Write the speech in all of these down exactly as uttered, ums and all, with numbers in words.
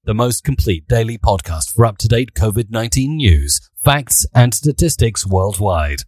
the most complete daily podcast for up-to-date COVID nineteen news, facts, and statistics worldwide.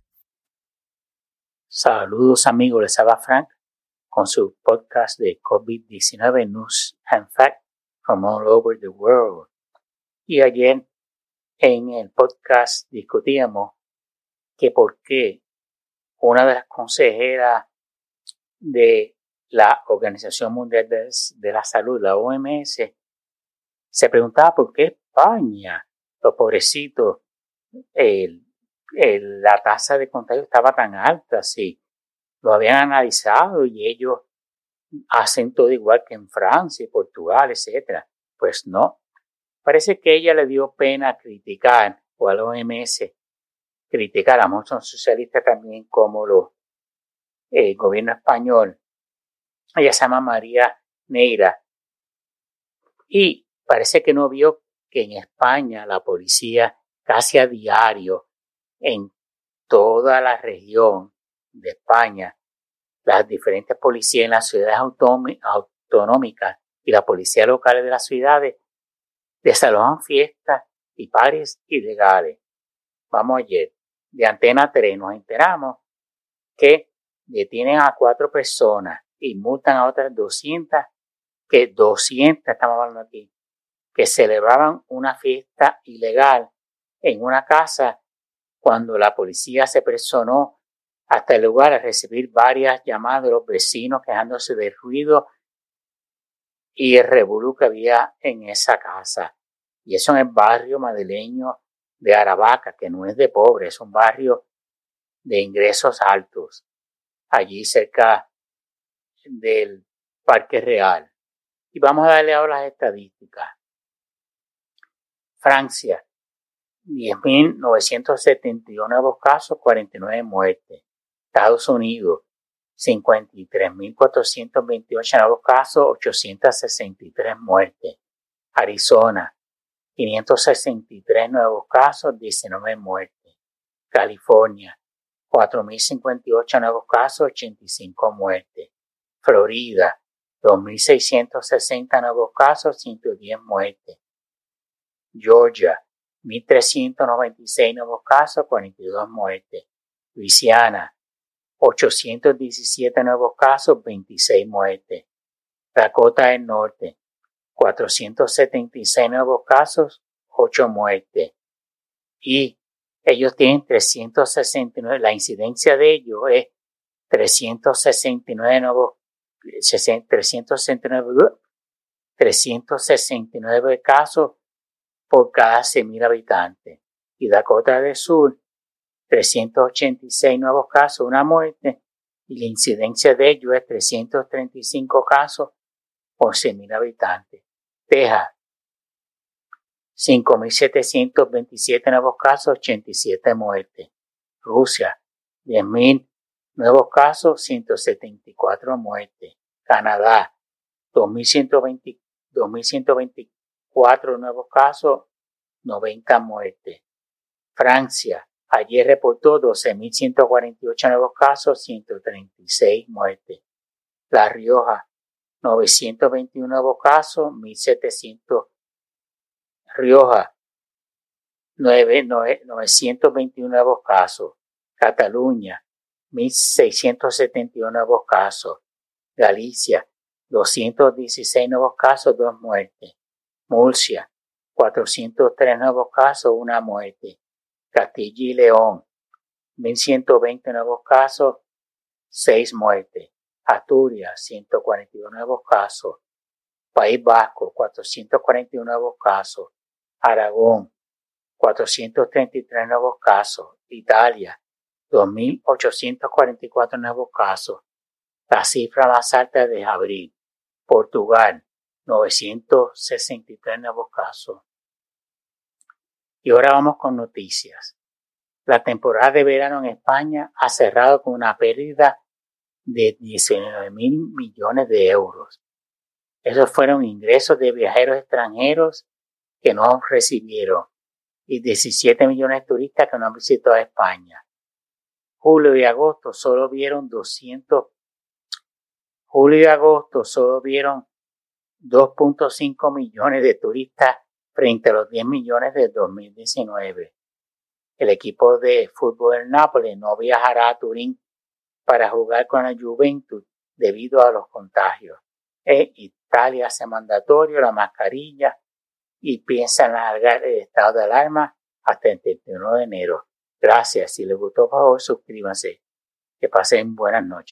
Saludos amigos, les habla Frank con su podcast de COVID diecinueve News and Facts from all over the world. Y ayer en el podcast discutíamos que por qué una de las consejeras de la Organización Mundial de, de la Salud, la O M S, se preguntaba por qué España, los pobrecitos, el, el, la tasa de contagio estaba tan alta, si lo habían analizado y ellos hacen todo igual que en Francia, Portugal, etcétera. Pues no. Parece que ella le dio pena criticar, o a la O M S, criticar a muchos socialistas también como los, el gobierno español. Ella se llama María Neira. Y parece que no vio que en España la policía casi a diario en toda la región de España, las diferentes policías en las ciudades autonómicas y la policía local de las ciudades desalojan fiestas y pares ilegales. Vamos ayer, de Antena tres nos enteramos que detienen a cuatro personas y multan a otras doscientas, que doscientas estamos hablando aquí, que celebraban una fiesta ilegal en una casa cuando la policía se personó hasta el lugar a recibir varias llamadas de los vecinos quejándose del ruido y el revolú que había en esa casa. Y eso en el barrio madrileño de Aravaca, que no es de pobre, es un barrio de ingresos altos, allí cerca del Parque Real. Y vamos a darle ahora las estadísticas. Francia, diez mil novecientos setenta y uno nuevos casos, cuarenta y nueve muertes. Estados Unidos, cincuenta y tres mil cuatrocientos veintiocho nuevos casos, ochocientas sesenta y tres muertes. Arizona, quinientos sesenta y tres nuevos casos, diecinueve muertes. California, cuatro mil cincuenta y ocho nuevos casos, ochenta y cinco muertes. Florida, dos mil seiscientos sesenta nuevos casos, ciento diez muertes. Georgia, mil trescientos noventa y seis nuevos casos, cuarenta y dos muertes. Luisiana, ochocientos diecisiete nuevos casos, veintiséis muertes. Dakota del Norte, cuatrocientos setenta y seis nuevos casos, ocho muertes. Y ellos tienen trescientos sesenta y nueve, la incidencia de ellos es trescientos sesenta y nueve nuevos, trescientos sesenta y nueve, trescientos sesenta y nueve casos por cada seis mil habitantes. Y Dakota del Sur, trescientos ochenta y seis nuevos casos, una muerte, y la incidencia de ellos es trescientos treinta y cinco casos por seis mil habitantes. Texas, cinco mil setecientos veintisiete nuevos casos, ochenta y siete muertes. Rusia, diez mil nuevos casos, ciento setenta y cuatro muertes. Canadá, dos mil ciento veinte, dos mil ciento veinticuatro nuevos casos, noventa muertes. Francia, ayer reportó doce mil ciento cuarenta y ocho nuevos casos, ciento treinta y seis muertes. La Rioja, novecientos veintiuno nuevos casos, mil setecientos. Rioja, novecientos veintiuno nuevos casos. Cataluña, mil seiscientos setenta y uno nuevos casos. Galicia, doscientos dieciséis nuevos casos, dos muertes. Murcia, cuatrocientos tres nuevos casos, una muerte. Castilla y León, mil ciento veinte nuevos casos, seis muertes. Asturias, ciento cuarenta y uno nuevos casos. País Vasco, cuatrocientos cuarenta y uno nuevos casos. Aragón, cuatrocientos treinta y tres nuevos casos. Italia, dos mil ochocientos cuarenta y cuatro nuevos casos. La cifra más alta de abril. Portugal, novecientos sesenta y tres nuevos casos. Y ahora vamos con noticias. La temporada de verano en España ha cerrado con una pérdida de diecinueve mil millones de euros. Esos fueron ingresos de viajeros extranjeros que no recibieron y diecisiete millones de turistas que no han visitado a España. Julio y agosto solo vieron doscientos. Julio y agosto solo vieron dos punto cinco millones de turistas frente a los diez millones de dos mil diecinueve. El equipo de fútbol del Nápoles no viajará a Turín para jugar con la Juventus debido a los contagios. En Italia hace mandatorio la mascarilla y piensan alargar el estado de alarma hasta el treinta y uno de enero. Gracias. Si les gustó, por favor, suscríbanse. Que pasen buenas noches.